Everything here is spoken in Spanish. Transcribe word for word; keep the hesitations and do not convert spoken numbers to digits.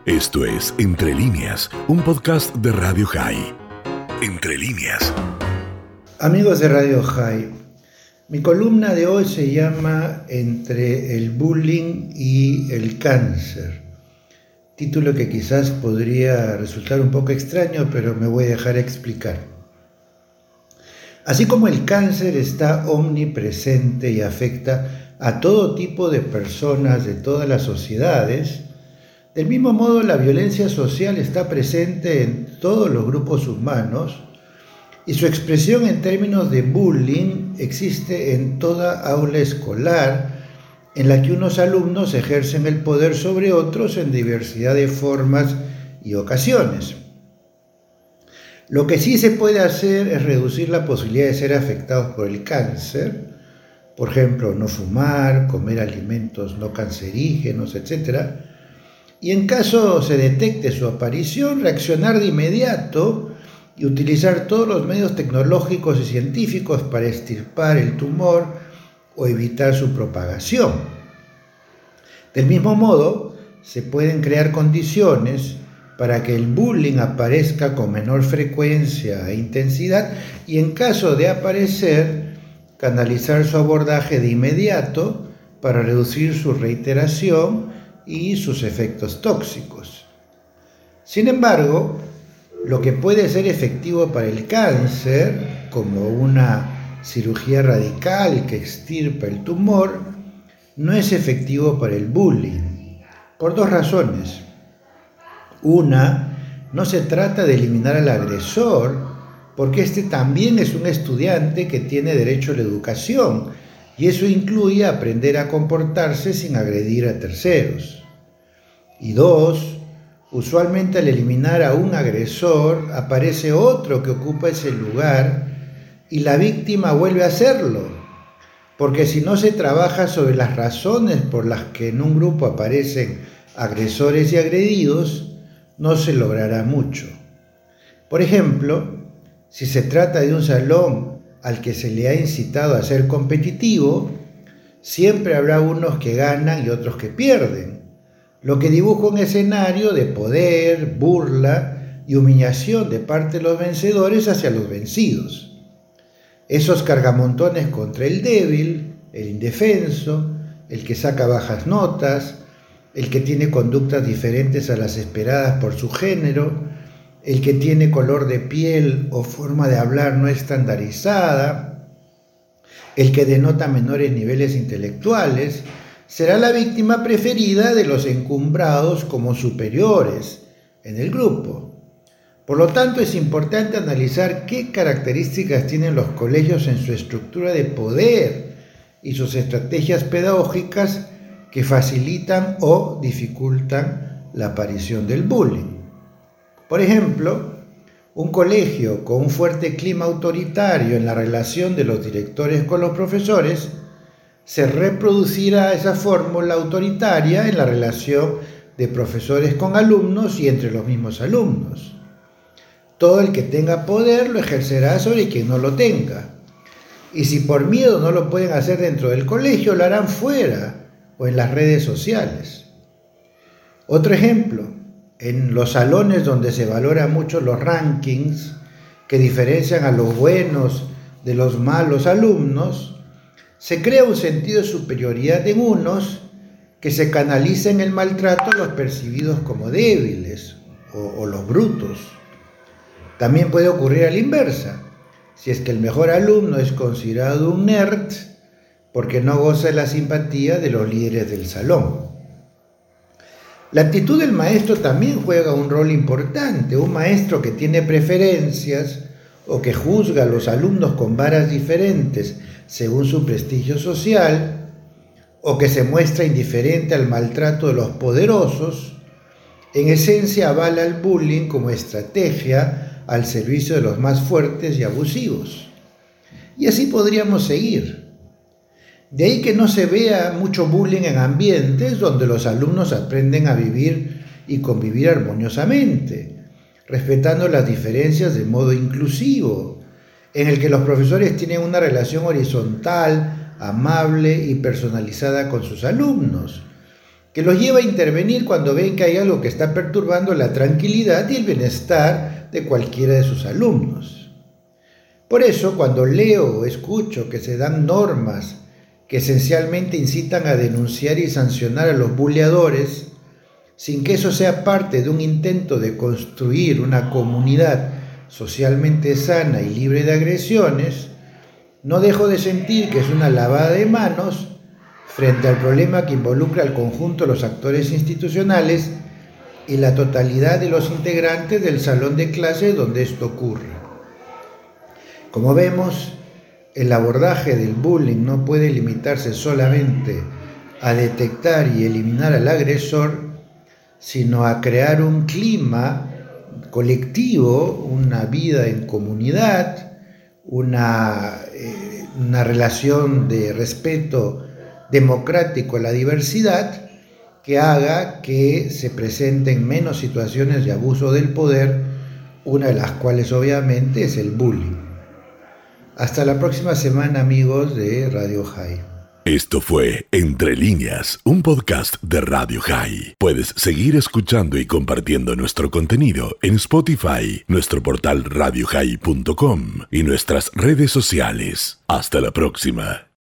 Esto es Entre Líneas, un podcast de Radio High. Entre Líneas. Amigos de Radio High, mi columna de hoy se llama Entre el bullying y el cáncer. Título que quizás podría resultar un poco extraño, pero me voy a dejar explicar. Así como el cáncer está omnipresente y afecta a todo tipo de personas de todas las sociedades, del mismo modo la violencia social está presente en todos los grupos humanos y su expresión en términos de bullying existe en toda aula escolar en la que unos alumnos ejercen el poder sobre otros en diversidad de formas y ocasiones. Lo que sí se puede hacer es reducir la posibilidad de ser afectados por el cáncer, por ejemplo, no fumar, comer alimentos no cancerígenos, etcétera, y en caso se detecte su aparición, reaccionar de inmediato y utilizar todos los medios tecnológicos y científicos para extirpar el tumor o evitar su propagación. Del mismo modo, se pueden crear condiciones para que el bullying aparezca con menor frecuencia e intensidad y en caso de aparecer, canalizar su abordaje de inmediato para reducir su reiteración y sus efectos tóxicos. Sin embargo, lo que puede ser efectivo para el cáncer, como una cirugía radical que extirpa el tumor, no es efectivo para el bullying, por dos razones. Una, no se trata de eliminar al agresor, porque este también es un estudiante que tiene derecho a la educación, y eso incluye aprender a comportarse sin agredir a terceros. Y dos, usualmente al eliminar a un agresor, aparece otro que ocupa ese lugar y la víctima vuelve a hacerlo, porque si no se trabaja sobre las razones por las que en un grupo aparecen agresores y agredidos, no se logrará mucho. Por ejemplo, si se trata de un salón al que se le ha incitado a ser competitivo, siempre habrá unos que ganan y otros que pierden, lo que dibuja un escenario de poder, burla y humillación de parte de los vencedores hacia los vencidos. Esos cargamontones contra el débil, el indefenso, el que saca bajas notas, el que tiene conductas diferentes a las esperadas por su género, el que tiene color de piel o forma de hablar no estandarizada, el que denota menores niveles intelectuales, será la víctima preferida de los encumbrados como superiores en el grupo. Por lo tanto, es importante analizar qué características tienen los colegios en su estructura de poder y sus estrategias pedagógicas que facilitan o dificultan la aparición del bullying. Por ejemplo, un colegio con un fuerte clima autoritario en la relación de los directores con los profesores se reproducirá esa fórmula autoritaria en la relación de profesores con alumnos y entre los mismos alumnos. Todo el que tenga poder lo ejercerá sobre quien no lo tenga. Y si por miedo no lo pueden hacer dentro del colegio, lo harán fuera o en las redes sociales. Otro ejemplo, en los salones donde se valoran mucho los rankings que diferencian a los buenos de los malos alumnos, se crea un sentido de superioridad en unos que se canaliza en el maltrato a los percibidos como débiles o, o los brutos. También puede ocurrir a la inversa, si es que el mejor alumno es considerado un nerd porque no goza de la simpatía de los líderes del salón. La actitud del maestro también juega un rol importante. Un maestro que tiene preferencias o que juzga a los alumnos con varas diferentes según su prestigio social, o que se muestra indiferente al maltrato de los poderosos, en esencia avala el bullying como estrategia al servicio de los más fuertes y abusivos. Y así podríamos seguir. De ahí que no se vea mucho bullying en ambientes donde los alumnos aprenden a vivir y convivir armoniosamente, respetando las diferencias de modo inclusivo, en el que los profesores tienen una relación horizontal, amable y personalizada con sus alumnos, que los lleva a intervenir cuando ven que hay algo que está perturbando la tranquilidad y el bienestar de cualquiera de sus alumnos. Por eso, cuando leo o escucho que se dan normas que esencialmente incitan a denunciar y sancionar a los buleadores, sin que eso sea parte de un intento de construir una comunidad socialmente sana y libre de agresiones, no dejo de sentir que es una lavada de manos frente al problema que involucra al conjunto de los actores institucionales y la totalidad de los integrantes del salón de clase donde esto ocurre. Como vemos, el abordaje del bullying no puede limitarse solamente a detectar y eliminar al agresor, sino a crear un clima colectivo, una vida en comunidad, una, eh, una relación de respeto democrático a la diversidad que haga que se presenten menos situaciones de abuso del poder, una de las cuales obviamente es el bullying. Hasta la próxima semana, amigos de Radio High. Esto fue Entre Líneas, un podcast de Radio High. Puedes seguir escuchando y compartiendo nuestro contenido en Spotify, nuestro portal radio high punto com y nuestras redes sociales. Hasta la próxima.